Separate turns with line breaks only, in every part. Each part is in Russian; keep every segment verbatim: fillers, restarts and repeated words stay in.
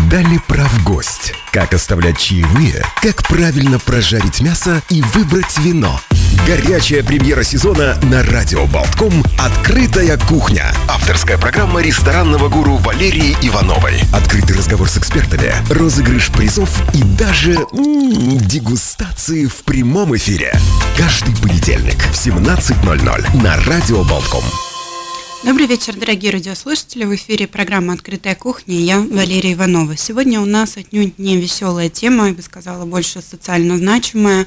Далее правгость. Как оставлять чаевые, как правильно прожарить мясо и выбрать вино. Горячая премьера сезона на Радио Болтком «Открытая кухня». Авторская программа ресторанного гуру Валерии Ивановой. Открытый разговор с экспертами, розыгрыш призов и даже м-м, дегустации в прямом эфире. Каждый понедельник в семнадцать ноль ноль на Радио Болтком.
Добрый вечер, дорогие радиослушатели. В эфире программа «Открытая кухня» и я, Валерия Иванова. Сегодня у нас отнюдь не веселая тема, я бы сказала, больше социально значимая.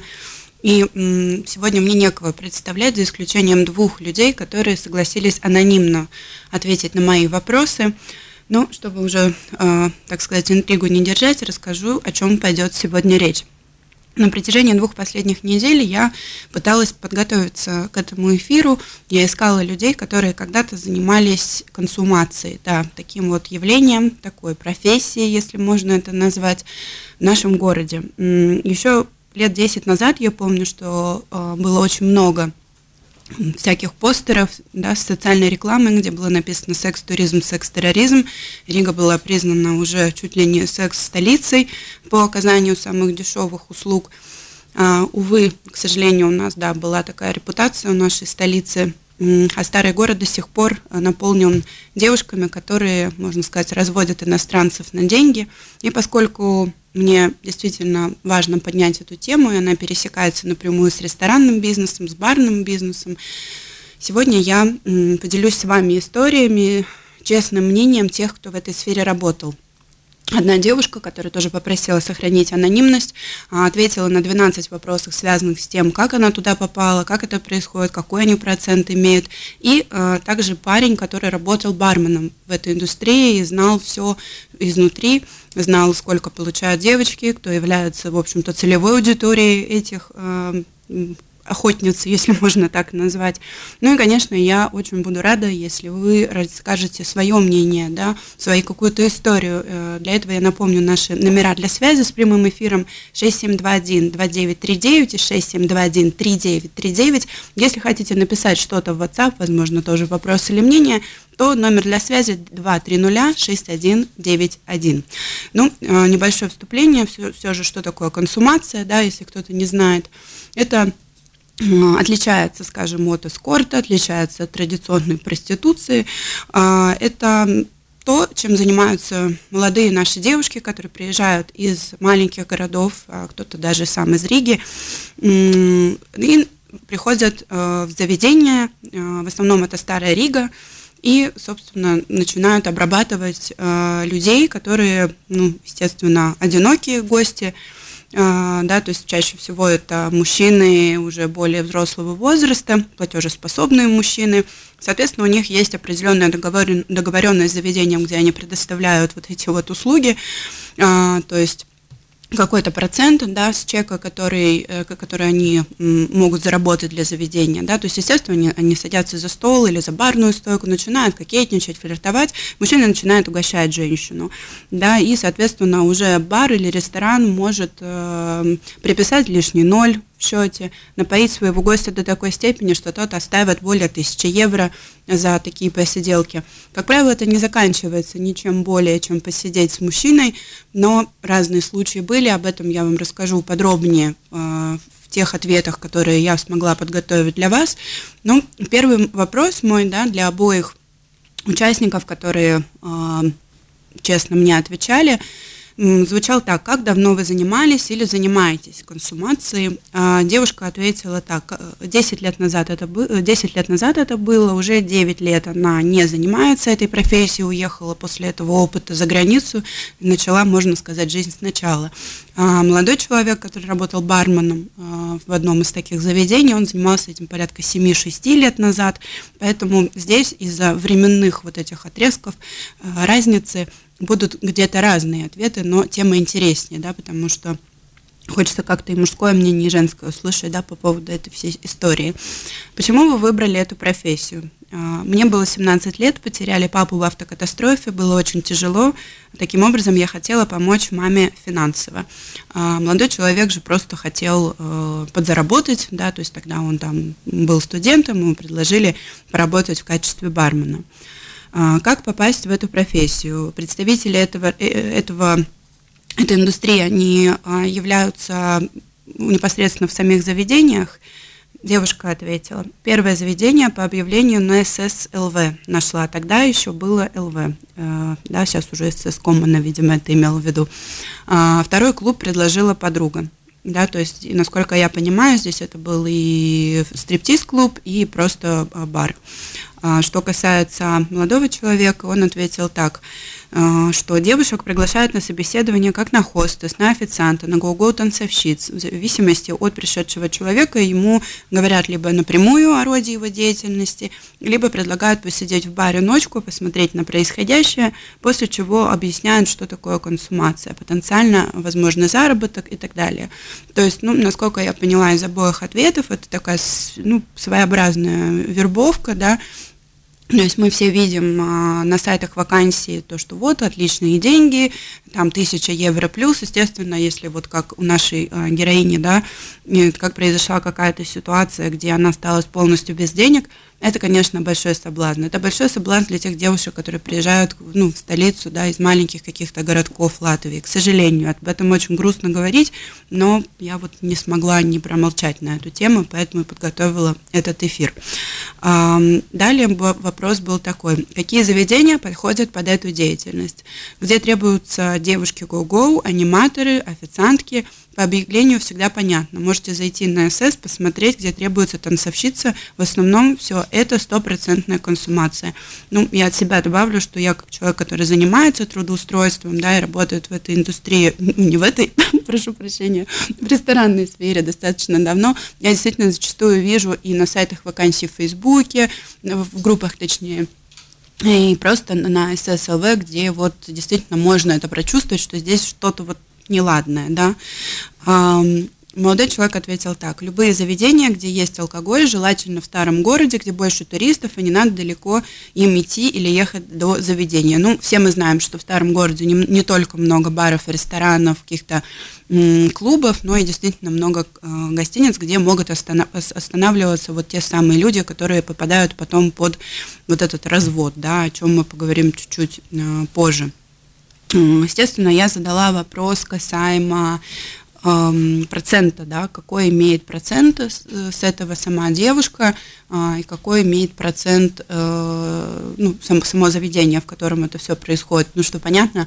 И м, сегодня мне некого представлять, за исключением двух людей, которые согласились анонимно ответить на мои вопросы. Но, чтобы уже, э, так сказать, интригу не держать, расскажу, о чем пойдет сегодня речь. На протяжении двух последних недель я пыталась подготовиться к этому эфиру. Я искала людей, которые когда-то занимались консумацией, да, таким вот явлением, такой профессией, если можно это назвать, в нашем городе. Еще лет десять назад я помню, что э, было очень много всяких постеров, да, с социальной рекламой, где было написано «секс-туризм, секс-терроризм». Рига была признана уже чуть ли не секс-столицей по оказанию самых дешевых услуг. А, увы, к сожалению, у нас, да, была такая репутация у нашей столицы, а старый город до сих пор наполнен девушками, которые, можно сказать, разводят иностранцев на деньги. И поскольку мне действительно важно поднять эту тему, и она пересекается напрямую с ресторанным бизнесом, с барным бизнесом, сегодня я поделюсь с вами историями, честным мнением тех, кто в этой сфере работал. Одна девушка, которая тоже попросила сохранить анонимность, ответила на двенадцать вопросов, связанных с тем, как она туда попала, как это происходит, какой они процент имеют. И э, также парень, который работал барменом в этой индустрии и знал все изнутри, знал, сколько получают девочки, кто является, в общем-то, целевой аудиторией этих э, охотниц, если можно так назвать. Ну и, конечно, я очень буду рада, если вы расскажете свое мнение, да, свою какую-то историю. Для этого я напомню наши номера для связи с прямым эфиром шесть семь два один два девять три девять и шесть семь два один три девять три девять. Если хотите написать что-то в WhatsApp, возможно, тоже вопрос или мнение, то номер для связи два три ноль шесть один девять один. Ну, небольшое вступление, все, все же, что такое консумация, да, если кто-то не знает. Это отличается, скажем, от эскорта, отличается от традиционной проституции. Это то, чем занимаются молодые наши девушки, которые приезжают из маленьких городов, кто-то даже сам из Риги, и приходят в заведения, в основном это Старая Рига, и, собственно, начинают обрабатывать людей, которые, ну, естественно, одинокие гости, да, то есть чаще всего это мужчины уже более взрослого возраста, платежеспособные мужчины. Соответственно, у них есть определенная договоренность с заведением, где они предоставляют вот эти вот услуги, то есть какой-то процент, да, с чека, который, который они могут заработать для заведения, да, то есть, естественно, они, они садятся за стол или за барную стойку, начинают кокетничать, флиртовать, мужчина начинает угощать женщину, да, и, соответственно, уже бар или ресторан может э, приписать лишний ноль в счете, напоить своего гостя до такой степени, что тот оставит более тысячи евро за такие посиделки. Как правило, это не заканчивается ничем более, чем посидеть с мужчиной, но разные случаи были, об этом я вам расскажу подробнее э, в тех ответах, которые я смогла подготовить для вас. Ну, первый вопрос мой, да, для обоих участников, которые э, честно мне отвечали, звучал так: как давно вы занимались или занимаетесь консумацией? А девушка ответила так: десять лет назад это было, десять лет назад это было, уже девять лет она не занимается этой профессией, уехала после этого опыта за границу и начала, можно сказать, жизнь сначала. А молодой человек, который работал барменом а, в одном из таких заведений, он занимался этим порядка семь-шесть лет назад, поэтому здесь из-за временных вот этих отрезков а, разницы будут где-то разные ответы, но тема интереснее, да, потому что хочется как-то и мужское мнение, и женское услышать, да, по поводу этой всей истории. Почему вы выбрали эту профессию? Мне было семнадцать лет, потеряли папу в автокатастрофе, было очень тяжело. Таким образом, я хотела помочь маме финансово. Молодой человек же просто хотел подзаработать, да, то есть тогда он там был студентом, ему предложили поработать в качестве бармена. Как попасть в эту профессию? Представители этого, этого, этой индустрии, они являются непосредственно в самих заведениях. Девушка ответила. Первое заведение по объявлению на эс эс эл вэ нашла. Тогда еще было эл вэ. Э, да, сейчас уже эс эс ком, она, видимо, это имела в виду. А, второй клуб предложила подруга. Да, то есть, насколько я понимаю, здесь это был и стриптиз-клуб, и просто бар. А, что касается молодого человека, он ответил так, что девушек приглашают на собеседование как на хостес, на официанта, на го-го танцовщиц. В зависимости от пришедшего человека ему говорят либо напрямую о роде его деятельности, либо предлагают посидеть в баре ночку, посмотреть на происходящее, после чего объясняют, что такое консумация, потенциально возможный заработок и так далее. То есть, ну, насколько я поняла из обоих ответов, это такая, ну, своеобразная вербовка, да. То есть мы все видим а, на сайтах вакансий то, что вот отличные деньги, там тысяча евро плюс, естественно, если вот как у нашей а, героини, да, как произошла какая-то ситуация, где она осталась полностью без денег, это, конечно, большой соблазн. Это большой соблазн для тех девушек, которые приезжают, ну, в столицу, да, из маленьких каких-то городков Латвии. К сожалению, об этом очень грустно говорить, но я вот не смогла не промолчать на эту тему, поэтому подготовила этот эфир. Далее вопрос был такой. Какие заведения подходят под эту деятельность? Где требуются девушки го-го, аниматоры, официантки? По объявлению всегда понятно. Можете зайти на эс эс, посмотреть, где требуется танцовщица. В основном все это стопроцентная консумация. Ну, я от себя добавлю, что я как человек, который занимается трудоустройством, да, и работает в этой индустрии, не в этой, прошу прощения, в ресторанной сфере достаточно давно, я действительно зачастую вижу и на сайтах вакансий в Фейсбуке, в группах, точнее, и просто на эс эс эл вэ, где вот действительно можно это прочувствовать, что здесь что-то вот неладное, да. Молодой человек ответил так. Любые заведения, где есть алкоголь, желательно в старом городе, где больше туристов, и не надо далеко им идти или ехать до заведения. Ну, все мы знаем, что в старом городе не, не только много баров, ресторанов, каких-то м, клубов, но и действительно много э, гостиниц, где могут останов- останавливаться вот те самые люди, которые попадают потом под вот этот развод, да, о чем мы поговорим чуть-чуть э, позже. Естественно, я задала вопрос касаемо э, процента, да, какой имеет процент с, с этого сама девушка э, и какой имеет процент э, ну, сам, само заведение, в котором это все происходит. Ну, что понятно,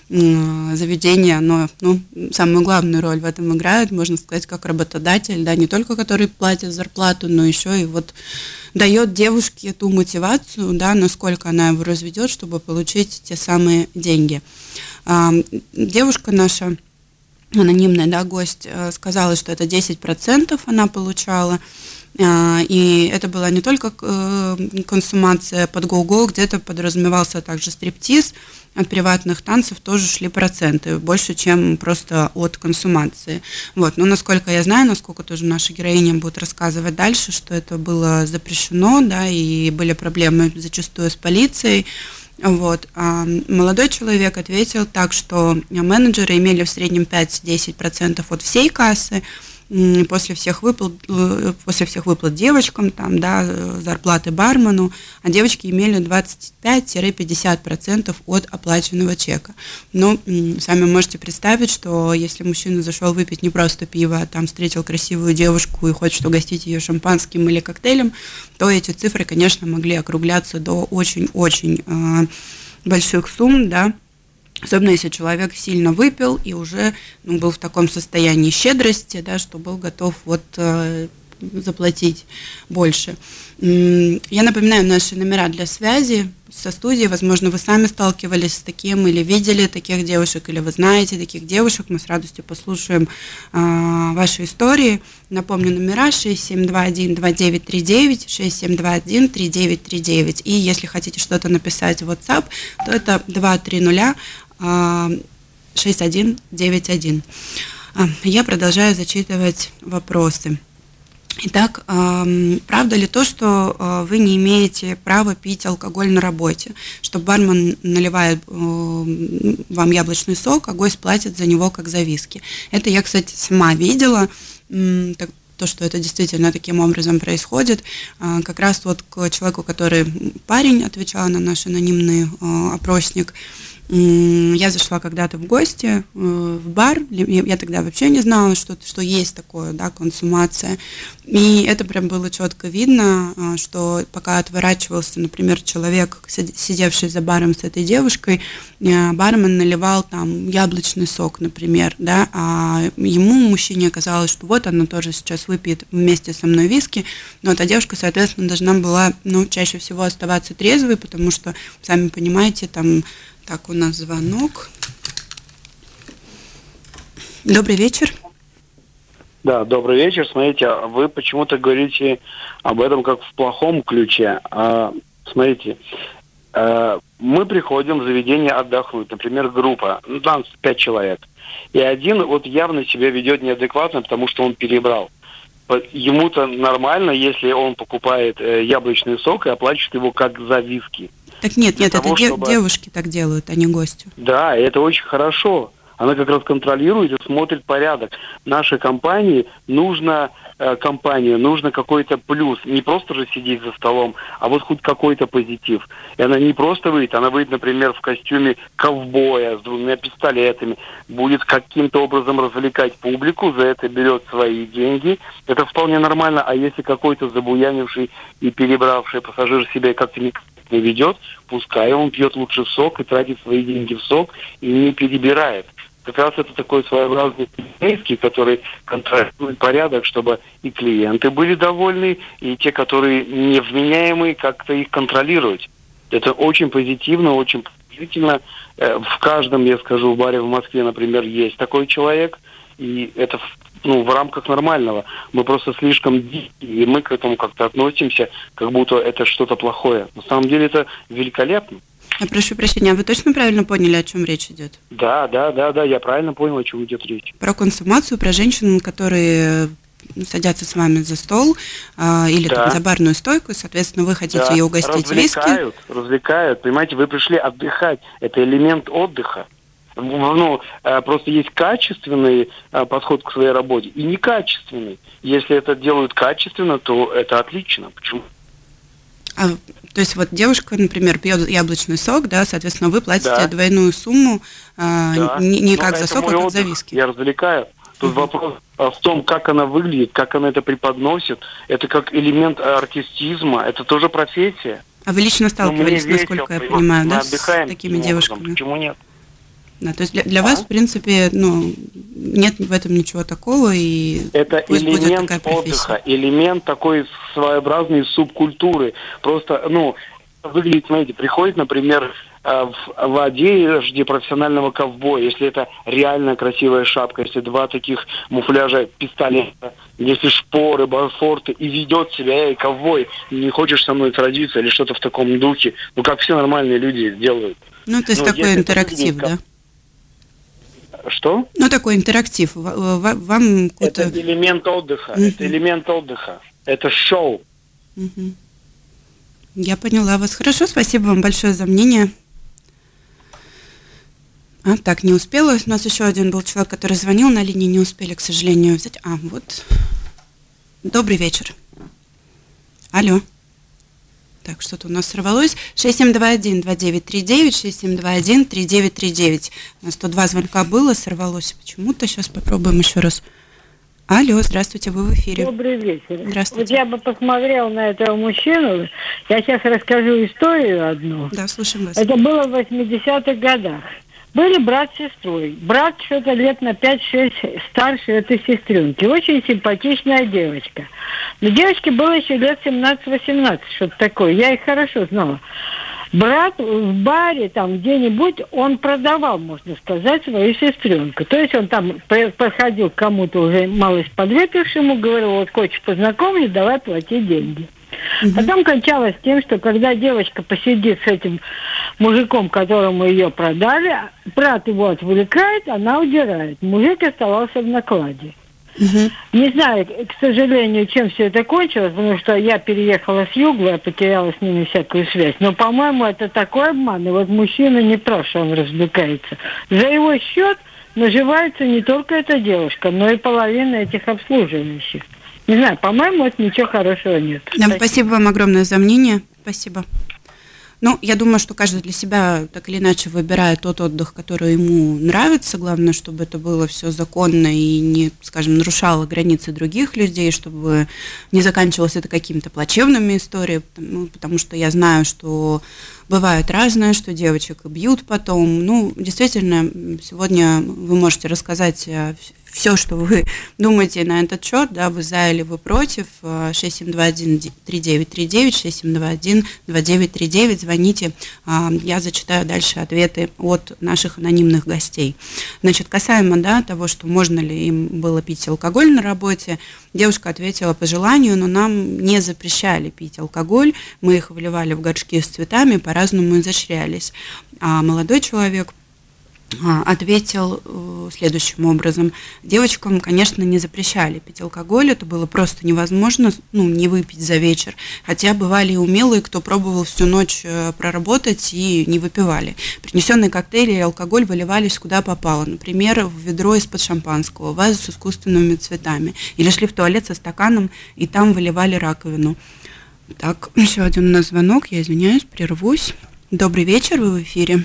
э, заведение, оно, ну, самую главную роль в этом играет, можно сказать, как работодатель, да, не только который платит зарплату, но еще и вот дает девушке ту мотивацию, да, насколько она его разведет, чтобы получить те самые деньги. А, девушка наша, анонимная, да, гость, сказала, что это десять процентов она получала, а, и это была не только консумация под го-го, где-то подразумевался также стриптиз, от приватных танцев тоже шли проценты, больше, чем просто от консумации. Вот. Но насколько я знаю, насколько тоже наша героиня будет рассказывать дальше, что это было запрещено, да, и были проблемы зачастую с полицией. Вот. А молодой человек ответил так, что менеджеры имели в среднем пять-десять процентов от всей кассы, после всех выплат, после всех выплат девочкам, там, да, зарплаты бармену, а девочки имели двадцать пять-пятьдесят процентов от оплаченного чека. Но сами можете представить, что если мужчина зашел выпить не просто пиво, а там встретил красивую девушку и хочет угостить ее шампанским или коктейлем, то эти цифры, конечно, могли округляться до очень-очень э, больших сумм, да. Особенно если человек сильно выпил и уже, ну, был в таком состоянии щедрости, да, что был готов вот, э, заплатить больше. Я напоминаю наши номера для связи со студией. Возможно, вы сами сталкивались с таким или видели таких девушек, или вы знаете таких девушек. Мы с радостью послушаем э, ваши истории. Напомню, номера шесть семь два один два девять три девять, шесть семь два один три девять три девять. И если хотите что-то написать в WhatsApp, то это два три ноль шесть один девять один. Я продолжаю зачитывать вопросы. Итак, правда ли то, что вы не имеете права пить алкоголь на работе, что бармен наливает вам яблочный сок, а гость платит за него как за виски? Это я, кстати, сама видела. то, что это действительно таким образом происходит. Как раз вот к человеку, который парень, отвечал на наш анонимный опросник. Я зашла когда-то в гости в бар, я тогда вообще не знала, что, что есть такое, да, консумация, и это прям было четко видно, что пока отворачивался, например, человек, сидевший за баром с этой девушкой, бармен наливал там яблочный сок, например, да, а ему, мужчине, казалось, что вот она тоже сейчас выпьет вместе со мной виски, но эта девушка, соответственно, должна была, ну, чаще всего оставаться трезвой, потому что, сами понимаете, там. Так, у нас звонок. Добрый вечер.
Да, добрый вечер. Смотрите, вы почему-то говорите об этом как в плохом ключе. А, смотрите, а, мы приходим в заведение отдохнуть, например, группа, ну, там пять человек, и один вот явно себя ведет неадекватно, потому что он перебрал. Ему-то нормально, если он покупает э, яблочный сок и оплачивает его как за виски.
Так нет, нет, того, это чтобы... девушки так делают, а не гости.
Да, это очень хорошо. Она как раз контролирует и смотрит порядок. Нашей компании нужно э, компанию, нужно какой-то плюс. Не просто же сидеть за столом, а вот хоть какой-то позитив. И она не просто выйдет, она выйдет, например, в костюме ковбоя с двумя пистолетами, будет каким-то образом развлекать публику, за это берет свои деньги. Это вполне нормально. А если какой-то забуянивший и перебравший пассажир себя как-то не ведет, пускай он пьет лучше сок и тратит свои деньги в сок и не перебирает. Как раз это такой своеобразный полицейский, который контролирует порядок, чтобы и клиенты были довольны, и те, которые невменяемые, как-то их контролировать. Это очень позитивно, очень положительно. В каждом, я скажу, в баре в Москве, например, есть такой человек, и это ну, в рамках нормального. Мы просто слишком дикие, и мы к этому как-то относимся, как будто это что-то плохое. На самом деле это великолепно.
Я прошу прощения, а вы точно правильно поняли, о чем речь идет?
Да, да, да, да, я правильно понял, о чем идет речь.
Про консумацию, про женщин, которые садятся с вами за стол а, или да. там, за барную стойку, соответственно, вы хотите да. ее угостить виски.
Развлекают, развлекают, понимаете, вы пришли отдыхать, это элемент отдыха. Ну, просто есть качественный подход к своей работе и некачественный. Если это делают качественно, то это отлично. Почему?
А, то есть вот девушка, например, пьет яблочный сок, да, соответственно, вы платите
да.
двойную сумму а,
да.
не, не
Но
как за сок, а как
отдых.
за виски.
Я развлекаю. Тут uh-huh. вопрос в том, как она выглядит, как она это преподносит. Это как элемент артистизма, это тоже профессия.
А вы лично сталкивались, насколько я понимаю, да, с такими девушками?
Почему нет?
Да, то есть для, для а? вас, в принципе, ну, нет в этом ничего такого, и
это элемент отдыха, элемент такой своеобразной субкультуры. Просто, ну, выглядит, смотрите, приходит, например, в, в одежде профессионального ковбоя, если это реально красивая шапка, если два таких муфляжа, пистолета, если шпоры, ботфорты, и ведет себя, эй, ковбой, не хочешь со мной сразиться или что-то в таком духе, ну, как все нормальные люди делают.
Ну, то есть ну, такой интерактив, да?
Что?
Ну, такой интерактив. Вам какой-то...
Это элемент отдыха. Uh-huh. Это элемент отдыха. Это шоу.
Uh-huh. Я поняла вас. Хорошо, спасибо вам большое за мнение. А, так, не успела. У нас еще один был человек, который звонил на линии, не успели, к сожалению, взять. А, вот. Добрый вечер. Алло. Так, что-то у нас сорвалось. шесть семь два один два девять три девять, шесть семь два один три девять три девять. У нас сто два звонка было, сорвалось почему-то. Сейчас попробуем еще раз. Алло, здравствуйте, вы в эфире.
Добрый вечер.
Здравствуйте.
Вот я бы посмотрела на этого мужчину. Я сейчас расскажу историю одну.
Да, слушаем вас.
Это было в восьмидесятых годах. Были брат с сестрой. Брат что-то лет на пять-шесть старше этой сестренки. Очень симпатичная девочка. Но девочке было еще лет семнадцать-восемнадцать, что-то такое. Я их хорошо знала. Брат в баре, там где-нибудь, он продавал, можно сказать, свою сестренку. То есть он там подходил к кому-то уже малость подвыпившему, говорил, вот хочешь познакомиться, давай плати деньги. Uh-huh. Потом кончалось тем, что когда девочка посидит с этим мужиком, которому ее продали, брат его отвлекает, она удирает. Мужик оставался в накладе. Uh-huh. Не знаю, к сожалению, чем все это кончилось, потому что я переехала с юга, я потеряла с ними всякую связь. Но, по-моему, это такой обман. И вот мужчина не прав, что он развлекается. За его счет наживается не только эта девушка, но и половина этих обслуживающих. Не знаю, по-моему, это ничего хорошего нет.
Да, спасибо. спасибо вам огромное за мнение. Спасибо. Ну, я думаю, что каждый для себя так или иначе выбирает тот отдых, который ему нравится. Главное, чтобы это было все законно и не, скажем, нарушало границы других людей, чтобы не заканчивалось это какими-то плачевными историями, ну, потому что я знаю, что бывает разное, что девочек бьют потом. Ну, действительно, сегодня вы можете рассказать все, что вы думаете на этот счет, да, вы за или вы против, шесть семь два один три девять три девять, шесть семь два один два девять три девять, звоните, я зачитаю дальше ответы от наших анонимных гостей. Значит, касаемо, да, того, что можно ли им было пить алкоголь на работе, девушка ответила по желанию, но нам не запрещали пить алкоголь, мы их выливали в горшки с цветами, по-разному изощрялись. А молодой человек ответил следующим образом. Девочкам, конечно, не запрещали пить алкоголь, это было просто невозможно, ну, не выпить за вечер, хотя бывали и умелые, кто пробовал всю ночь проработать и не выпивали. Принесенные коктейли и алкоголь выливались куда попало, например, в ведро из-под шампанского, вазу с искусственными цветами, или шли в туалет со стаканом и там выливали раковину. Так, еще один у нас звонок, я извиняюсь, прервусь. Добрый вечер, вы в эфире.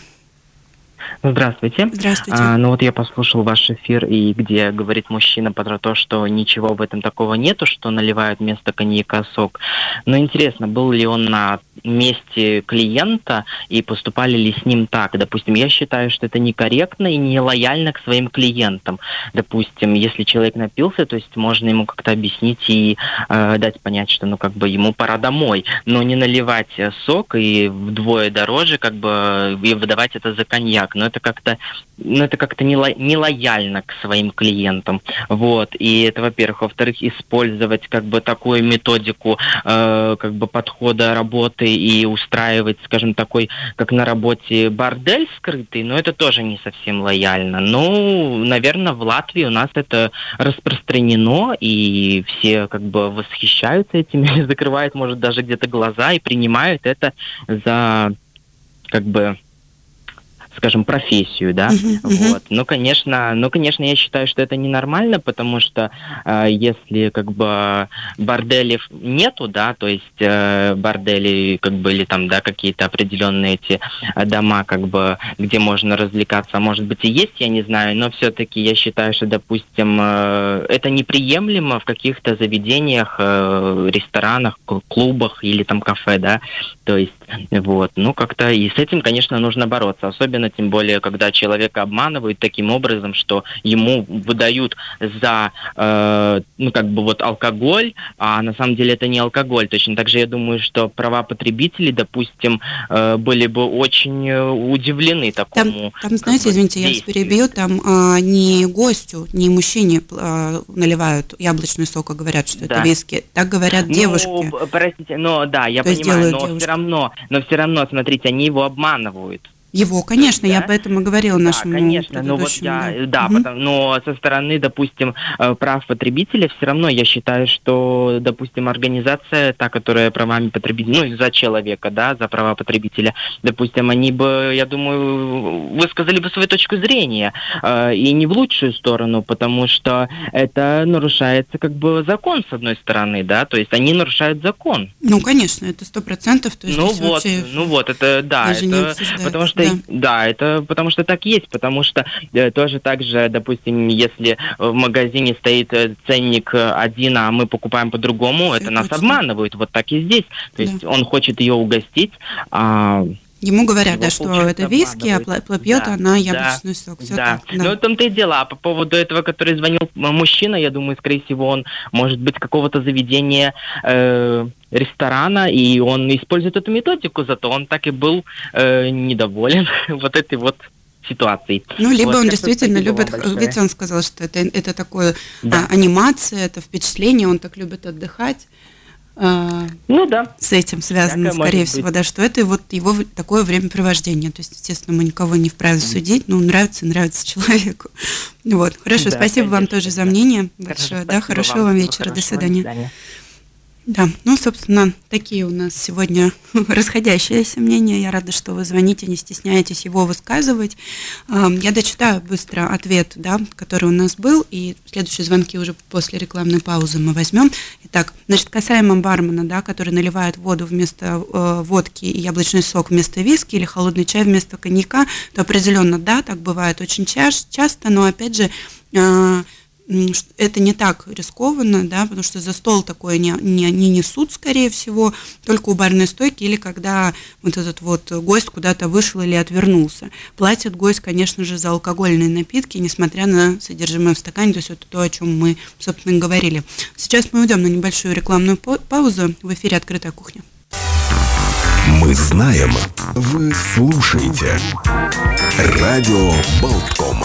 Здравствуйте.
Здравствуйте.
А, ну вот я послушал ваш эфир, и где говорит мужчина про то, что ничего в этом такого нету, что наливают вместо коньяка сок. Но интересно, был ли он на месте клиента и поступали ли с ним так? Допустим, я считаю, что это некорректно и не лояльно к своим клиентам. Допустим, если человек напился, то есть можно ему как-то объяснить и э, дать понять, что ну как бы ему пора домой, но не наливать сок и вдвое дороже, как бы и выдавать это за коньяк. Но это как-то, ну, это как-то не, ло, не лояльно к своим клиентам. Вот. И это, во-первых. Во-вторых, использовать как бы такую методику э, как бы подхода работы и устраивать, скажем, такой, как на работе, бордель скрытый, но это тоже не совсем лояльно. Ну, наверное, в Латвии у нас это распространено, и все как бы восхищаются этим, закрывают, может, даже где-то глаза и принимают это за как бы, скажем, профессию, да, uh-huh, uh-huh. вот. Ну, конечно, ну, конечно, я считаю, что это ненормально, потому что э, если, как бы, борделей нету, да, то есть э, бордели, как бы, или там, да, какие-то определенные эти дома, как бы, где можно развлекаться, может быть, и есть, я не знаю, но все-таки я считаю, что, допустим, э, это неприемлемо в каких-то заведениях, э, ресторанах, клубах или там кафе, да, то есть, вот, ну, как-то и с этим, конечно, нужно бороться, особенно тем более, когда человека обманывают таким образом, что ему выдают за, э, ну, как бы вот алкоголь, а на самом деле это не алкоголь. Точно так же я думаю, что права потребителей, допустим, э, были бы очень удивлены такому.
Там, там знаете, извините, я вас перебью, там э, не гостю, не мужчине э, наливают яблочный сок, а говорят, что да. это виски. Так говорят девушки.
Ну, простите, но да, я То понимаю, но девушки. все равно, но все равно, смотрите, они его обманывают.
Его, конечно, да? Я поэтому говорила нашему
Да, конечно, но вот я, да,
угу.
потому, но со стороны, допустим, прав потребителя все равно я считаю, что, допустим, организация, та, которая правами потребителя, ну, за человека, да, за права потребителя, допустим, они бы, я думаю, высказали бы свою точку зрения, э, и не в лучшую сторону, потому что это нарушается, как бы, закон, с одной стороны, да, то есть они нарушают закон.
Ну, конечно, это сто процентов, то есть
ну вот, ну вот, это, да, это, потому что Да. да, это потому что так есть, потому что э, тоже так же, допустим, если в магазине стоит ценник один, а мы покупаем по-другому, Все это точно. Нас обманывают, вот так и здесь. То да. есть он хочет ее угостить, а...
Ему говорят, да, что это виски, а пьет да, она яблочный да, сок. Все
да.
так, да.
Ну, в том-то и дело. А по поводу этого, который звонил мужчина, я думаю, скорее всего, он может быть какого-то заведения, э, ресторана, и он использует эту методику, зато он так и был э, недоволен вот этой вот ситуацией.
Ну, либо вот, он действительно любит, ведь он сказал, что это, это такое да. а, анимация, это впечатление, он так любит отдыхать.
Ну да.
С этим связано, Всякое скорее всего, быть. Да, что это вот его такое времяпровождение. То есть, естественно, мы никого не вправе судить, но нравится, нравится человеку. Вот. Хорошо, да, спасибо конечно. Вам тоже за мнение большое. Да, хорошего вам вечера. Хорошего, до свидания. До свидания. Да, ну, собственно, такие у нас сегодня расходящиеся мнения. Я рада, что вы звоните, не стесняетесь его высказывать. Я дочитаю быстро ответ, да, который у нас был, и следующие звонки уже после рекламной паузы мы возьмем. Итак, значит, касаемо бармена, да, который наливает воду вместо э, водки и яблочный сок вместо виски или холодный чай вместо коньяка, то определенно, да, так бывает очень ча- часто, но, опять же, э, это не так рискованно, да, потому что за стол такое не, не, не несут, скорее всего, только у барной стойки или когда вот этот вот гость куда-то вышел или отвернулся. Платит гость, конечно же, за алкогольные напитки, несмотря на содержимое в стакане, то есть это то, о чем мы, собственно, говорили. Сейчас мы уйдем на небольшую рекламную паузу. В эфире «Открытая кухня».
Мы знаем, вы слушаете Радио Болтком.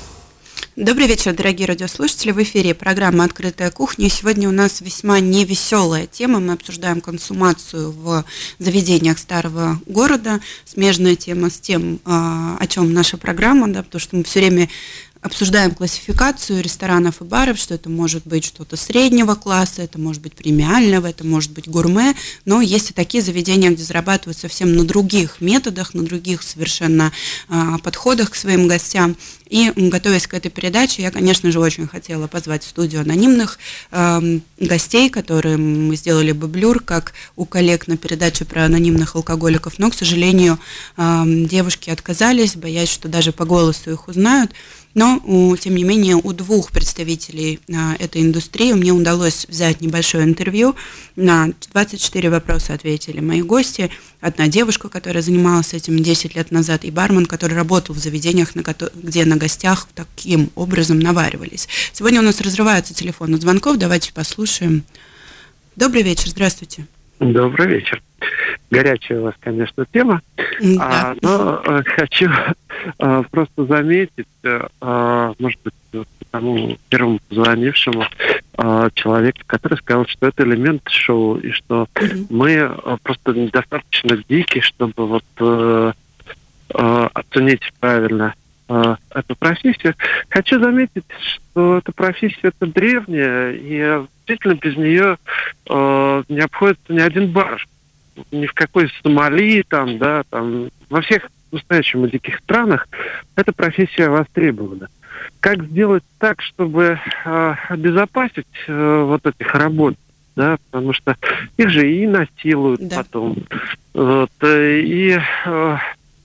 Добрый вечер, дорогие радиослушатели. В эфире программа «Открытая кухня». Сегодня у нас весьма невеселая тема. Мы обсуждаем консумацию в заведениях старого города. Смежная тема с тем, о чем наша программа, да, потому что мы все время обсуждаем классификацию ресторанов и баров, что это может быть что-то среднего класса, это может быть премиального, это может быть гурме, но есть и такие заведения, где зарабатывают совсем на других методах, на других совершенно а, подходах к своим гостям. И, готовясь к этой передаче, я, конечно же, очень хотела позвать в студию анонимных э, гостей, которые мы сделали баблюр, как у коллег на передаче про анонимных алкоголиков, но, к сожалению, э, девушки отказались, боясь, что даже по голосу их узнают. Но, у, тем не менее, у двух представителей а, этой индустрии мне удалось взять небольшое интервью. На двадцать четыре вопроса ответили мои гости. Одна девушка, которая занималась этим десять лет назад, и бармен, который работал в заведениях, на ко- где на гостях таким образом наваривались. Сегодня у нас разрывается телефон от звонков. Давайте послушаем. Добрый вечер, здравствуйте.
Добрый вечер. Горячая у вас, конечно, тема,
да.
а, но а, хочу а, просто заметить, а, может быть, тому первому позвонившему а, человеку, который сказал, что это элемент шоу, и что mm-hmm. мы а, просто недостаточно дики, чтобы вот а, а, оценить правильно а, эту профессию. Хочу заметить, что эта профессия это древняя, и действительно без нее а, не обходится ни один бар. Ни в какой Сомали, там, да, там, во всех настоящих диких странах эта профессия востребована. Как сделать так, чтобы э, обезопасить э, вот этих работ, да, потому что их же и насилуют да. потом, вот, и э,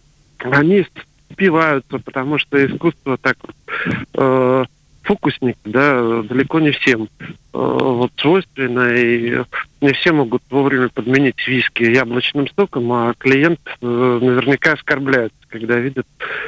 они спиваются, потому что искусство так э, фокусник, да, далеко не всем э, вот свойственно, и не все могут вовремя подменить виски яблочным соком, а клиент э, наверняка оскорбляется, когда видит,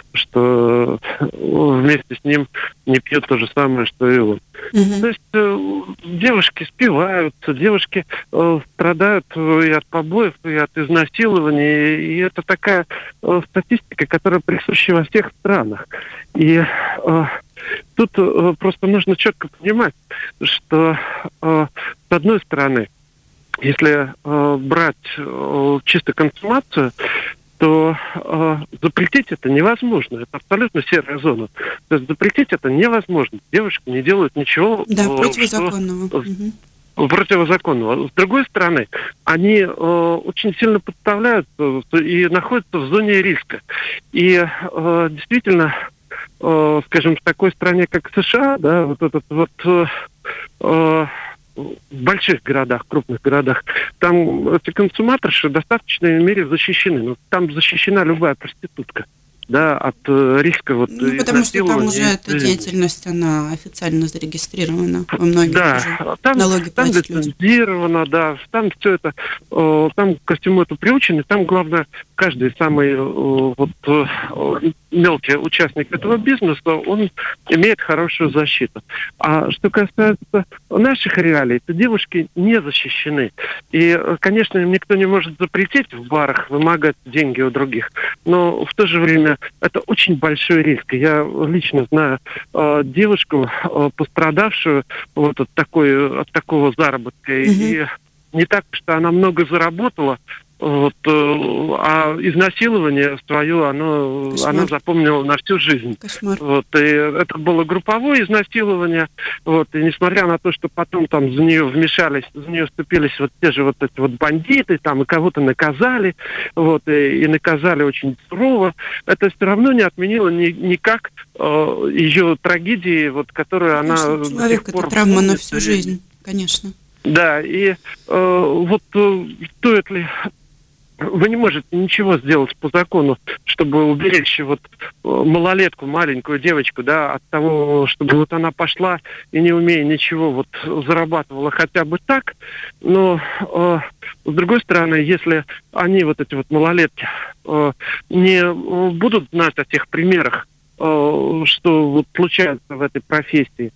что вместе с ним не пьет то же самое, что и он. Mm-hmm. То есть э, девушки спиваются, девушки э, страдают и от побоев, и от изнасилований, и это такая э, статистика, которая присуща во всех странах. И э, тут э, просто нужно четко понимать, что э, с одной стороны, если э, брать э, чисто консумацию, то э, запретить это невозможно. Это абсолютно серая зона. То есть запретить это невозможно. Девушки не делают ничего...
Да, э, противозаконного.
Что, угу. Противозаконного. С другой стороны, они э, очень сильно подставляются и находятся в зоне риска. И э, действительно, э, скажем, в такой стране, как США, да, вот этот вот... Э, э, в больших городах, крупных городах, там эти консуматорши в достаточной мере защищены. Ну, там защищена любая проститутка, да, от э, риска вот
ну, потому что там уже эта деятельность, она официально зарегистрирована во многих
да,
уже.
Там,
Налоги
там
платят люди.
лицензировано, да, там все это, э, там ко всему это приучены, там главное, каждый самый э, вот э, мелкий участник этого бизнеса, он имеет хорошую защиту. А что касается наших реалий, то девушки не защищены. И, конечно, им никто не может запретить в барах вымогать деньги у других, но в то же время это очень большой риск. Я лично знаю э, девушку, э, пострадавшую вот от, такой, от такого заработка. Mm-hmm. И не так, что она много заработала, Вот, а изнасилование свое, оно, оно запомнило на всю жизнь.
Кошмар.
Вот, и это было групповое изнасилование. Вот, и несмотря на то, что потом там за нее вмешались, за нее вступились вот те же вот эти вот бандиты, там, и кого-то наказали, вот, и, и наказали очень сурово, это все равно не отменило ни, никак э, ее трагедии, вот, которую
конечно,
она...
Человек, это травма помнит, на всю и... жизнь, конечно.
Да, и э, вот э, стоит ли... Вы не можете ничего сделать по закону, чтобы уберечь вот малолетку, маленькую девочку, да, от того, чтобы вот она пошла и, не умея ничего, вот зарабатывала хотя бы так. Но э, с другой стороны, если они, вот эти вот малолетки, э, не будут знать о тех примерах, э, что вот случается в этой профессии,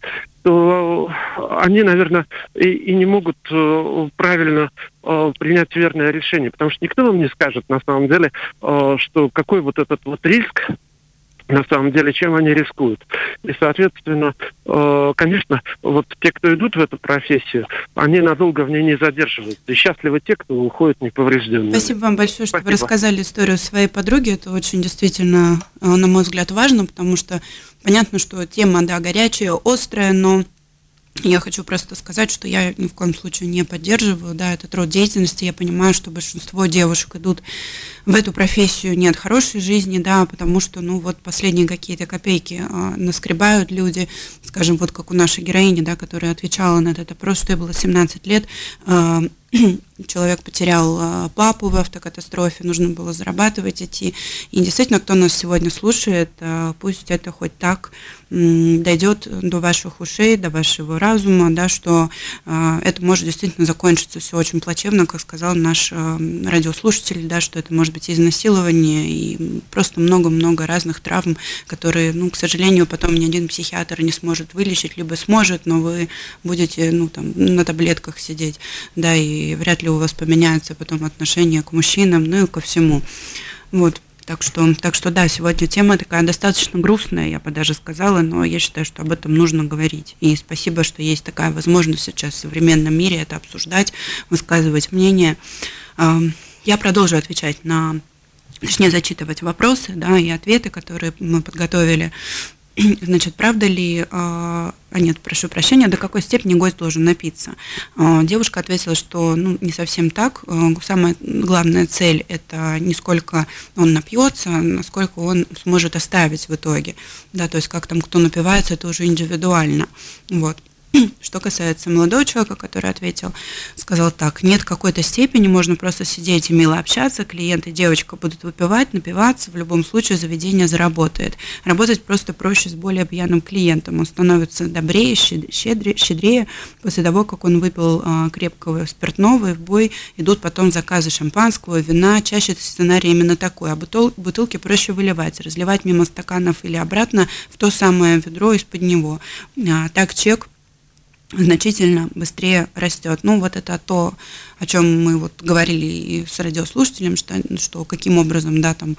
то они, наверное, и, и не могут э, правильно э, принять верное решение, потому что никто вам не скажет на самом деле, э, что какой вот этот вот риск, на самом деле, чем они рискуют. И, соответственно, э, конечно, вот те, кто идут в эту профессию, они надолго в ней не задерживаются. И счастливы те, кто уходит неповрежденными.
Спасибо вам большое, что
Спасибо.
Вы рассказали историю своей подруги. Это очень действительно, на мой взгляд, важно, потому что понятно, что тема, да, горячая, острая, но я хочу просто сказать, что я ни в коем случае не поддерживаю, да, этот род деятельности. Я понимаю, что большинство девушек идут в эту профессию не от хорошей жизни, да, потому что, ну, вот последние какие-то копейки э, наскребают люди, скажем, вот как у нашей героини, да, которая отвечала на этот опрос, что ей было семнадцать лет, э, человек потерял э, папу в автокатастрофе, нужно было зарабатывать, идти. И действительно, кто нас сегодня слушает, э, пусть это хоть так э, дойдет до ваших ушей, до вашего разума, да, что э, это может действительно закончиться все очень плачевно, как сказал наш э, радиослушатель, да, что это может быть изнасилование и просто много-много разных травм, которые, ну, к сожалению, потом ни один психиатр не сможет вылечить, либо сможет, но вы будете, ну, там, на таблетках сидеть, да, и вряд ли у вас поменяется потом отношение к мужчинам, ну и ко всему. Вот. Так что, так что да, сегодня тема такая достаточно грустная, я бы даже сказала, но я считаю, что об этом нужно говорить. И спасибо, что есть такая возможность сейчас в современном мире это обсуждать, высказывать мнение. Я продолжу отвечать на, точнее, зачитывать вопросы, да, и ответы, которые мы подготовили. Значит, правда ли, а нет, прошу прощения, до какой степени гость должен напиться? Девушка ответила, что, ну, не совсем так. Самая главная цель – это не сколько он напьется, насколько он сможет оставить в итоге. Да, то есть как там кто напивается, это уже индивидуально. Вот. Что касается молодого человека, который ответил, сказал так: нет какой-то степени, можно просто сидеть и мило общаться, клиент и девочка будут выпивать, напиваться, в любом случае заведение заработает. Работать просто проще с более пьяным клиентом, он становится добрее, щедрее, щедрее после того, как он выпил а, крепкого спиртного, и в бой идут потом заказы шампанского, вина, чаще сценарий именно такой, а бутыл, бутылки проще выливать, разливать мимо стаканов или обратно в то самое ведро из-под него. А, так чек значительно быстрее растет. Ну, вот это то, о чем мы вот говорили и с радиослушателем, что, что каким образом, да, там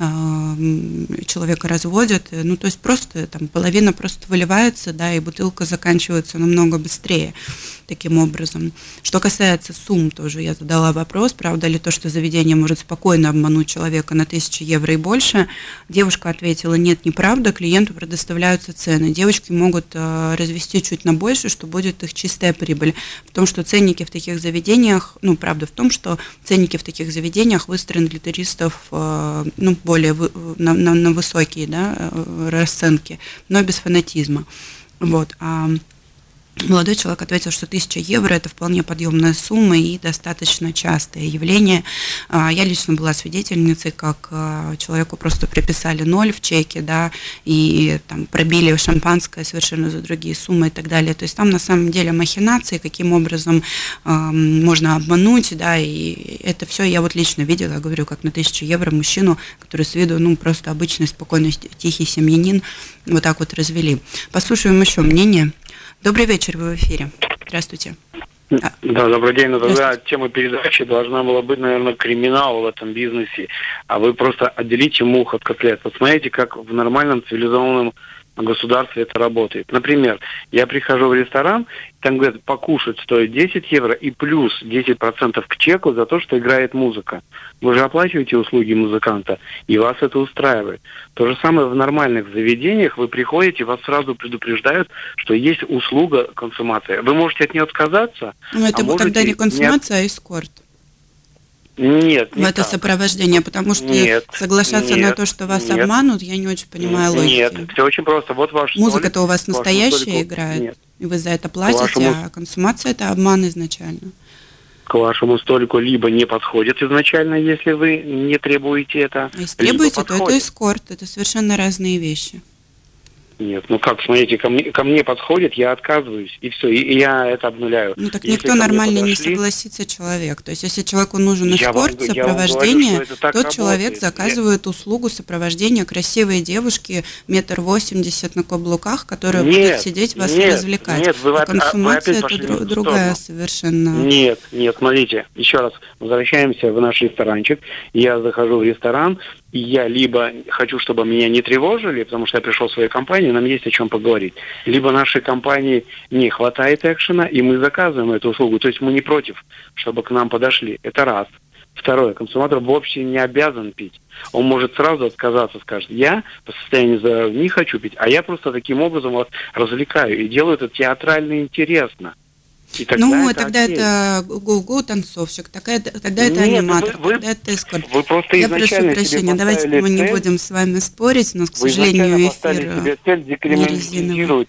э, человека разводят, ну, то есть просто там половина просто выливается, да, и бутылка заканчивается намного быстрее таким образом. Что касается сумм, тоже я задала вопрос, правда ли то, что заведение может спокойно обмануть человека на тысячу евро и больше. Девушка ответила: нет, неправда, клиенту предоставляются цены. Девочки могут э, развести чуть на больше, что будет их чистая прибыль. В том, что ценники в таких заведениях, ну, правда в том, что ценники в таких заведениях выстроены для туристов, э, ну, более вы, на, на, на высокие, да, расценки, но без фанатизма. Вот. А молодой человек ответил, что тысяча евро – это вполне подъемная сумма и достаточно частое явление. Я лично была свидетельницей, как человеку просто приписали ноль в чеке, да, и там пробили шампанское совершенно за другие суммы и так далее. То есть там на самом деле махинации, каким образом э, можно обмануть, да, и это все я вот лично видела, я говорю, как на тысячу евро мужчину, который с виду, ну, просто обычный, спокойный, тихий семьянин, вот так вот развели. Послушаем еще мнение. Добрый вечер, вы в эфире. Здравствуйте.
Да, добрый день. Но тогда тема передачи должна была быть, наверное, криминал в этом бизнесе, а вы просто отделите мух от котлет. Вот смотрите, как в нормальном цивилизованном на государстве это работает. Например, я прихожу в ресторан, там говорят, покушать стоит десять евро и плюс десять процентов к чеку за то, что играет музыка. Вы же оплачиваете услуги музыканта, и вас это устраивает. То же самое в нормальных заведениях. Вы приходите, вас сразу предупреждают, что есть услуга консумация. Вы можете от нее отказаться.
Но это
а
тогда не консумация,
не...
а эскорт.
Нет,
в это так. Сопровождение, потому что
нет,
соглашаться
нет,
на то, что вас
нет,
обманут, я не очень понимаю логики.
Нет, все очень просто. Вот ваш
Музыка-то
столик,
у вас настоящая
столику...
играет,
нет.
и вы за это платите, вашему... а консумация – это обман изначально.
К вашему столику либо не подходит изначально, если вы не требуете это.
А если требуете, то это эскорт, это совершенно разные вещи.
Нет, ну как, смотрите, ко мне, ко мне подходит, я отказываюсь, и все, и, и я это обнуляю.
Ну так если никто нормально подошли, не согласится человек. То есть если человеку нужен эскорт, вам, сопровождение, говорю, тот работает. Человек заказывает Нет. услугу сопровождения красивой девушки, метр восемьдесят на каблуках, которая нет, будет сидеть вас
нет,
развлекать.
Нет, вы,
а консумация
вы
это другая совершенно.
Нет, нет, смотрите, еще раз, возвращаемся в наш ресторанчик. Я захожу в ресторан, и я либо хочу, чтобы меня не тревожили, потому что я пришел в свою компанию, нам есть о чем поговорить. Либо нашей компании не хватает экшена, и мы заказываем эту услугу. То есть мы не против, чтобы к нам подошли. Это раз. Второе. Консуматор вовсе не обязан пить. Он может сразу отказаться, скажет, я по состоянию здоровья не хочу пить, а я просто таким образом вас развлекаю и делаю это театрально интересно. И тогда
ну,
это
тогда
окей.
это гоу-гоу танцовщик, тогда, тогда это
Нет,
аниматор,
вы,
тогда это эскорт.
Вы просто
Я прошу прощения, давайте мы не
цель.
будем с вами спорить, но, к
вы
сожалению, эфир не резиновый.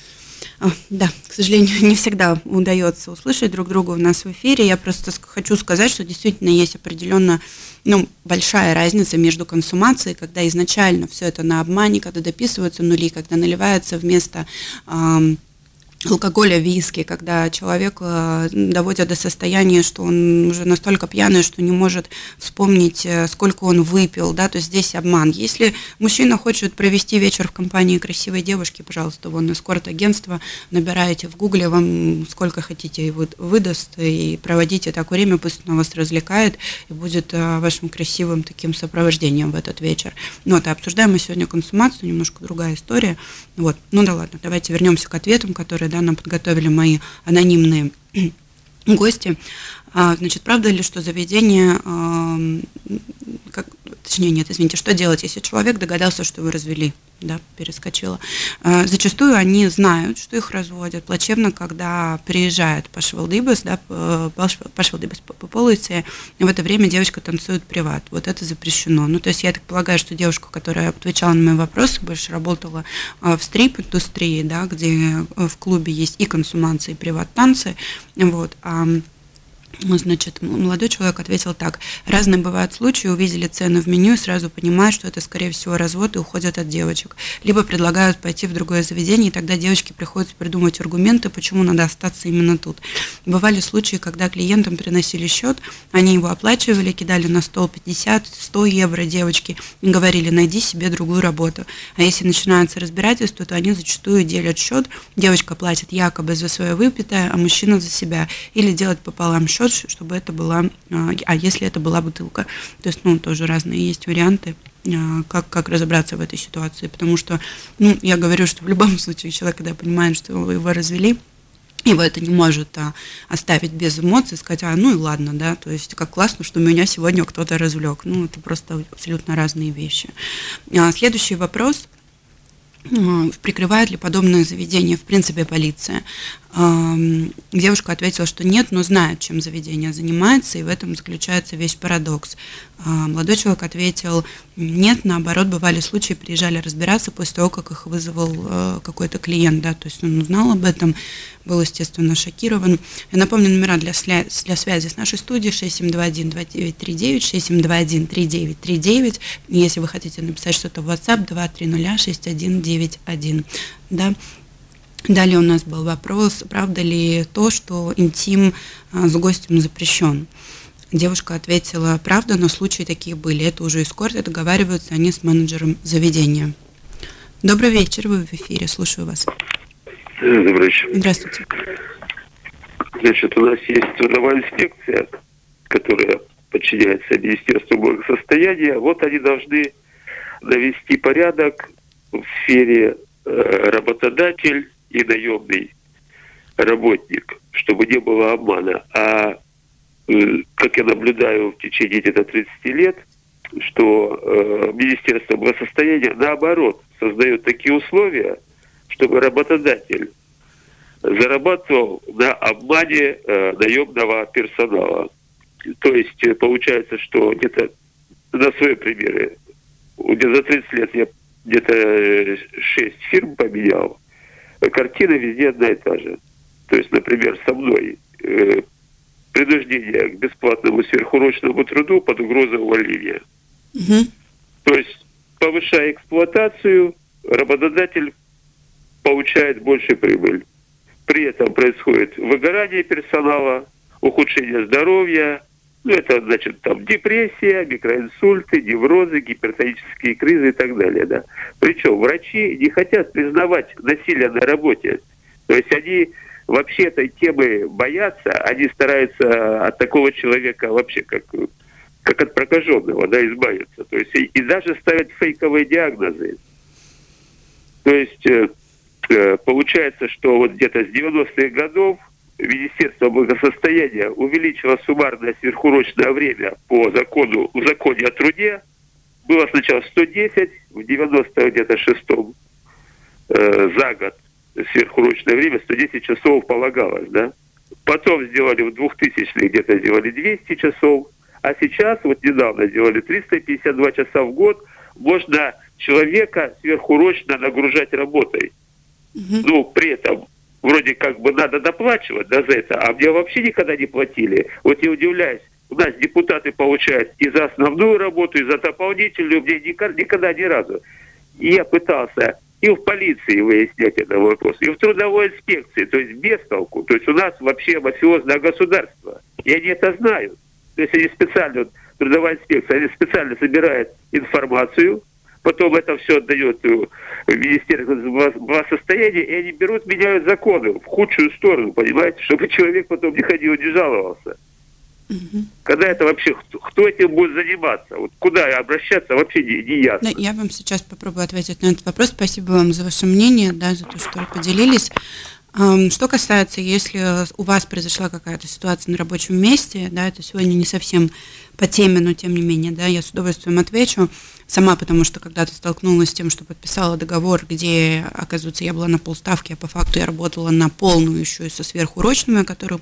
О, да, к сожалению, не всегда удается услышать друг друга у нас в эфире. Я просто хочу сказать, что действительно есть определенно ну, большая разница между консумацией, когда изначально все это на обмане, когда дописываются нули, когда наливается вместо эм, алкоголя, виски, когда человек э, доводит до состояния, что он уже настолько пьяный, что не может вспомнить, э, сколько он выпил, да, то есть здесь обман. Если мужчина хочет провести вечер в компании красивой девушки, пожалуйста, вон эскорт-агентство, набираете в гугле, вам сколько хотите и выдаст, и проводите так время, пусть он вас развлекает и будет э, вашим красивым таким сопровождением в этот вечер. Ну, вот, обсуждаем мы сегодня консумацию, немножко другая история. Вот, ну да ладно, давайте вернемся к ответам, которые да, нам подготовили мои анонимные гости. А, значит, правда ли, что заведение, а, как, точнее, нет, извините, что делать, если человек догадался, что вы развели, да, перескочила. А, зачастую они знают, что их разводят. Плачевно, когда приезжает пашвалдыбас, да, пашвалдыбас по полиции, и в это время девочка танцует приват. Вот это запрещено. Ну, то есть я так полагаю, что девушка, которая отвечала на мои вопросы, больше работала в стрип-индустрии, да, где в клубе есть и консумация, и приват-танцы, вот, а значит, молодой человек ответил так. Разные бывают случаи, увидели цену в меню и сразу понимают, что это, скорее всего, развод и уходят от девочек. Либо предлагают пойти в другое заведение, и тогда девочке приходится придумать аргументы, почему надо остаться именно тут. Бывали случаи, когда клиентам приносили счет, они его оплачивали, кидали на стол пятьдесят-сто евро девочки и говорили, найди себе другую работу. А если начинается разбирательство, то они зачастую делят счет, девочка платит якобы за свое выпитое, а мужчина за себя. Или делать пополам счет, чтобы это была, а если это была бутылка. То есть, ну, тоже разные есть варианты, как, как разобраться в этой ситуации, потому что, ну, я говорю, что в любом случае человек, когда понимает, что его развели, его это не может а, оставить без эмоций, сказать, а, ну и ладно, да, то есть как классно, что меня сегодня кто-то развлек. Ну, это просто абсолютно разные вещи. А, следующий вопрос. Прикрывает ли подобное заведение, в принципе, полиция? Девушка ответила, что нет, но знает, чем заведение занимается, и в этом заключается весь парадокс. Молодой человек ответил, нет, наоборот, бывали случаи, приезжали разбираться после того, как их вызвал какой-то клиент, да, то есть он узнал об этом, был, естественно, шокирован. Я напомню номера для, сля- для связи с нашей студией шесть семь два один два девять три девять, шесть семь два один три девять три девять, если вы хотите написать что-то в WhatsApp, два три ноль шесть один девять один, да. Далее у нас был вопрос, правда ли то, что интим с гостем запрещен. Девушка ответила, правда, но случаи такие были. Это уже эскорт, и договариваются они с менеджером заведения. Добрый вечер, вы в эфире, слушаю вас.
Добрый вечер.
Здравствуйте.
Значит, у нас есть трудовая инспекция, которая подчиняется Министерству благосостояния. Вот они должны навести порядок в сфере работодатель и наемный работник, чтобы не было обмана. А как я наблюдаю в течение где-то тридцати лет, что э, Министерство благосостояния, наоборот, создает такие условия, чтобы работодатель зарабатывал на обмане э, наемного персонала. То есть э, получается, что где-то на своем примере, где за тридцать лет я где-то шесть фирм поменял, картина везде одна и та же. То есть, например, со мной э, принуждение к бесплатному сверхурочному труду под угрозой увольнения. Угу. То есть, повышая эксплуатацию, работодатель получает больше прибыль. При этом происходит выгорание персонала, ухудшение здоровья, ну, это, значит, там депрессия, микроинсульты, неврозы, гипертонические кризы и так далее, да. Причем врачи не хотят признавать насилие на работе. То есть они вообще этой темы боятся, они стараются от такого человека вообще как, как от прокаженного, да, избавиться. То есть и, и даже ставят фейковые диагнозы. То есть э, э, получается, что вот где-то с девяностых годов Министерство благосостояния увеличило суммарное сверхурочное время по закону, в законе о труде. Было сначала сто десять, в девяносто где-то шестом э, за год сверхурочное время сто десять часов полагалось, да. Потом сделали в двухтысячных где-то сделали двести часов, а сейчас вот недавно сделали триста пятьдесят два часа в год. Можно человека сверхурочно нагружать работой. Mm-hmm. Ну, при этом вроде как бы надо доплачивать, да, за это, а мне вообще никогда не платили. Вот я удивляюсь, у нас депутаты получают и за основную работу, и за дополнительную, мне никогда ни разу. И я пытался и в полиции выяснять этот вопрос, и в трудовой инспекции, то есть без толку. То есть у нас вообще мафиозное государство. И они это знают. То есть они специально, трудовая инспекция, они специально собирают информацию, потом это все отдает в Министерство благосостояния, и они берут, меняют законы в худшую сторону, понимаете, чтобы человек потом не ходил, не жаловался. Угу. Когда это вообще, кто, кто этим будет заниматься? Вот куда обращаться, вообще не, не ясно.
Да, я вам сейчас попробую ответить на этот вопрос. Спасибо вам за ваше мнение, да, за то, что вы поделились. Что касается, если у вас произошла какая-то ситуация на рабочем месте, да, это сегодня не совсем по теме, но тем не менее, да, я с удовольствием отвечу. Сама, потому что когда-то столкнулась с тем, что подписала договор, где, оказывается, я была на полставки, а по факту я работала на полную еще и со сверхурочными, о, которых,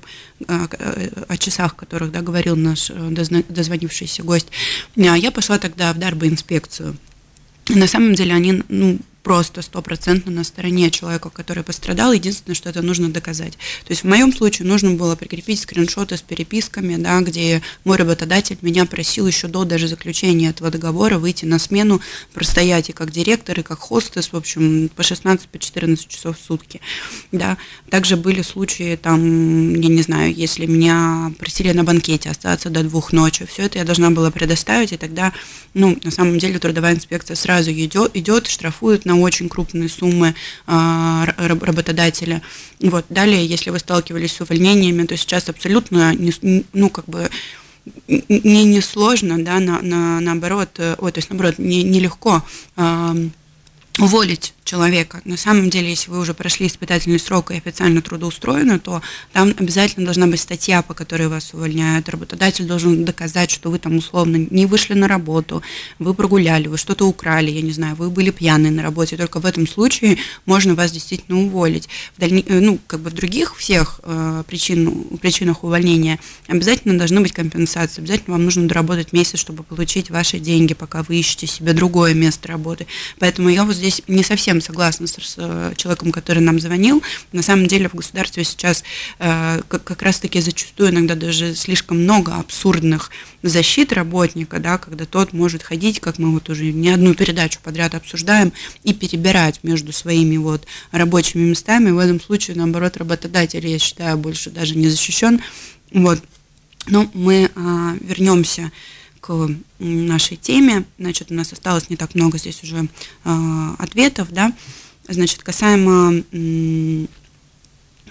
о часах которых, да, говорил наш дозвонившийся гость. Я пошла тогда в дарбоинспекцию. На самом деле они, ну, просто стопроцентно на стороне человека, который пострадал. Единственное, что это нужно доказать. То есть в моем случае нужно было прикрепить скриншоты с переписками, да, где мой работодатель меня просил еще до даже заключения этого договора выйти на смену, простоять и как директор, и как хостес, в общем, по шестнадцать-четырнадцать часов в сутки. Да. Также были случаи, там, я не знаю, если меня просили на банкете остаться до двух ночи, все это я должна была предоставить, и тогда, ну, на самом деле трудовая инспекция сразу идет, идет штрафует на очень крупные суммы а, работодателя. Вот. Далее, если вы сталкивались с увольнениями, то сейчас абсолютно, не, ну, как бы, не, не сложно, да, на, на, наоборот, ой, то есть, наоборот, не, нелегко а, уволить человека. На самом деле, если вы уже прошли испытательный срок и официально трудоустроены, то там обязательно должна быть статья, по которой вас увольняют. Работодатель должен доказать, что вы там условно не вышли на работу, вы прогуляли, вы что-то украли, я не знаю, вы были пьяны на работе. Только в этом случае можно вас действительно уволить. В дальне... ну, как бы в других всех э, причин, причинах увольнения обязательно должна быть компенсация. Обязательно вам нужно доработать месяц, чтобы получить ваши деньги, пока вы ищете себе другое место работы. Поэтому я вот здесь не совсем согласна с, с человеком, который нам звонил. На самом деле в государстве сейчас э, как, как раз-таки зачастую иногда даже слишком много абсурдных защит работника, да, когда тот может ходить, как мы вот уже не одну передачу подряд обсуждаем, и перебирать между своими вот рабочими местами. В этом случае, наоборот, работодатель, я считаю, больше даже не защищен. Вот. Но мы э, вернемся к нашей теме. Значит, у нас осталось не так много здесь уже э, ответов, да. Значит, касаемо э,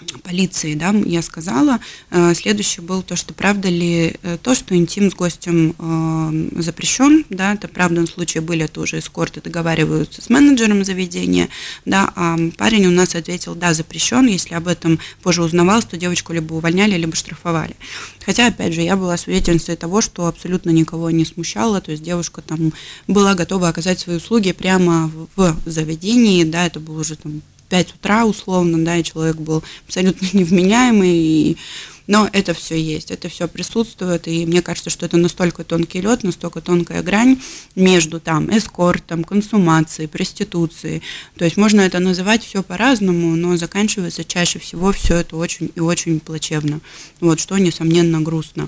полиции, да, я сказала. Следующий был то, что правда ли то, что интим с гостем э, запрещен, да, это правда, в случае были тоже эскорты договариваются с менеджером заведения, да, а парень у нас ответил, да, запрещен, если об этом позже узнавалось, то девочку либо увольняли, либо штрафовали. Хотя, опять же, я была свидетельницей того, что абсолютно никого не смущало, то есть девушка там была готова оказать свои услуги прямо в, в заведении, да, это было уже там пять утра условно, да, и человек был абсолютно невменяемый, и... но это все есть, это все присутствует, и мне кажется, что это настолько тонкий лед, настолько тонкая грань между там эскортом, консумацией, проституцией, то есть можно это называть все по-разному, но заканчивается чаще всего все это очень и очень плачевно, вот, что, несомненно, грустно.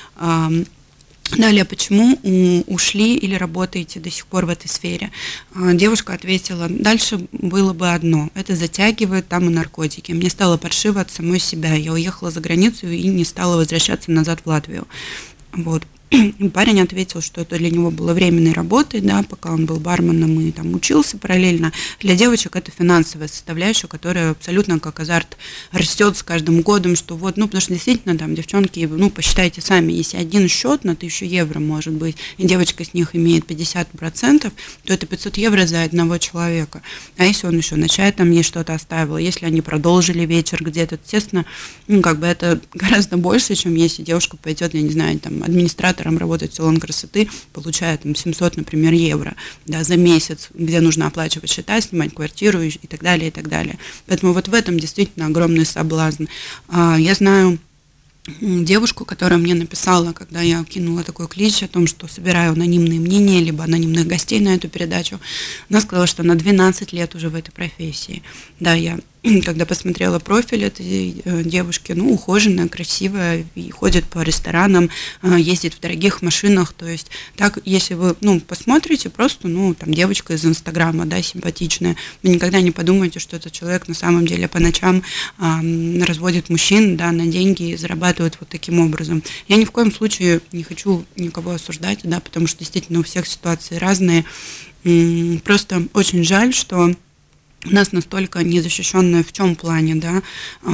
Далее, почему ушли или работаете до сих пор в этой сфере? Девушка ответила, дальше было бы одно, это затягивает там и наркотики. Мне стало паршиво от самой себя, я уехала за границу и не стала возвращаться назад в Латвию. Вот. Парень ответил, что это для него было временной работой, да, пока он был барменом и там учился параллельно. Для девочек это финансовая составляющая, которая абсолютно как азарт растет с каждым годом, что вот, ну, потому что действительно там девчонки, ну, посчитайте сами, если один счет на тысячу евро может быть, и девочка с них имеет пятьдесят процентов, то это пятьсот евро за одного человека. А если он еще на чай там ей что-то оставил, если они продолжили вечер где-то, естественно, ну, как бы это гораздо больше, чем если девушка пойдет, я не знаю, там, администратор работать в салон красоты, получая там семьсот, например, евро, да, за месяц, где нужно оплачивать счета, снимать квартиру и, и так далее, и так далее. Поэтому вот в этом действительно огромный соблазн. Я знаю девушку, которая мне написала, когда я кинула такой клич о том, что собираю анонимные мнения, либо анонимных гостей на эту передачу, она сказала, что она двенадцать лет уже в этой профессии. Да, я когда посмотрела профиль этой девушки, ну, ухоженная, красивая, и ходит по ресторанам, ездит в дорогих машинах, то есть так, если вы, ну, посмотрите, просто, ну, там, девочка из Инстаграма, да, симпатичная, вы никогда не подумаете, что этот человек на самом деле по ночам а, разводит мужчин, да, на деньги и зарабатывает вот таким образом. Я ни в коем случае не хочу никого осуждать, да, потому что действительно у всех ситуации разные, просто очень жаль, что у нас настолько незащищенное в чем плане, да,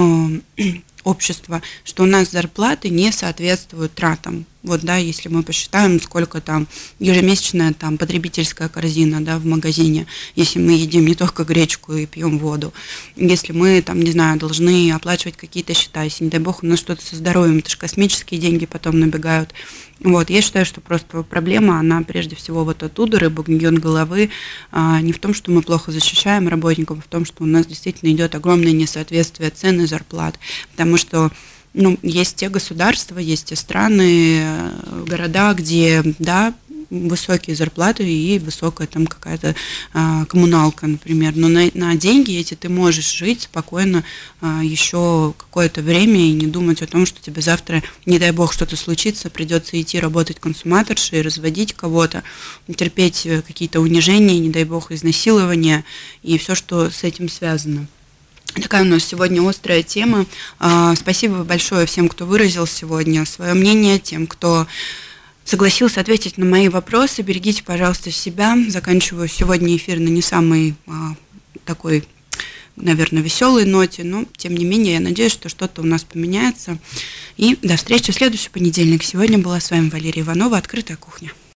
э, общество, что у нас зарплаты не соответствуют тратам. Вот, да, если мы посчитаем, сколько там ежемесячная там потребительская корзина, да, в магазине, если мы едим не только гречку и пьем воду, если мы там, не знаю, должны оплачивать какие-то счета, если, не дай бог, у нас что-то со здоровьем, это же космические деньги потом набегают. Вот, я считаю, что просто проблема, она прежде всего вот оттуда, рыба гниет головы, а не в том, что мы плохо защищаем работников, а в том, что у нас действительно идет огромное несоответствие цен и зарплат, потому что ну, есть те государства, есть те страны, города, где, да, высокие зарплаты и высокая там какая-то а, коммуналка, например. Но на, на деньги эти ты можешь жить спокойно а, еще какое-то время и не думать о том, что тебе завтра, не дай бог, что-то случится, придется идти работать консуматоршей, разводить кого-то, терпеть какие-то унижения, не дай бог, изнасилования и все, что с этим связано. Такая у нас сегодня острая тема. Спасибо большое всем, кто выразил сегодня свое мнение, тем, кто согласился ответить на мои вопросы. Берегите, пожалуйста, себя. Заканчиваю сегодня эфир на не самой такой, наверное, веселой ноте, но, тем не менее, я надеюсь, что что-то у нас поменяется. И до встречи в следующий понедельник. Сегодня была с вами Валерия Иванова, «Открытая кухня».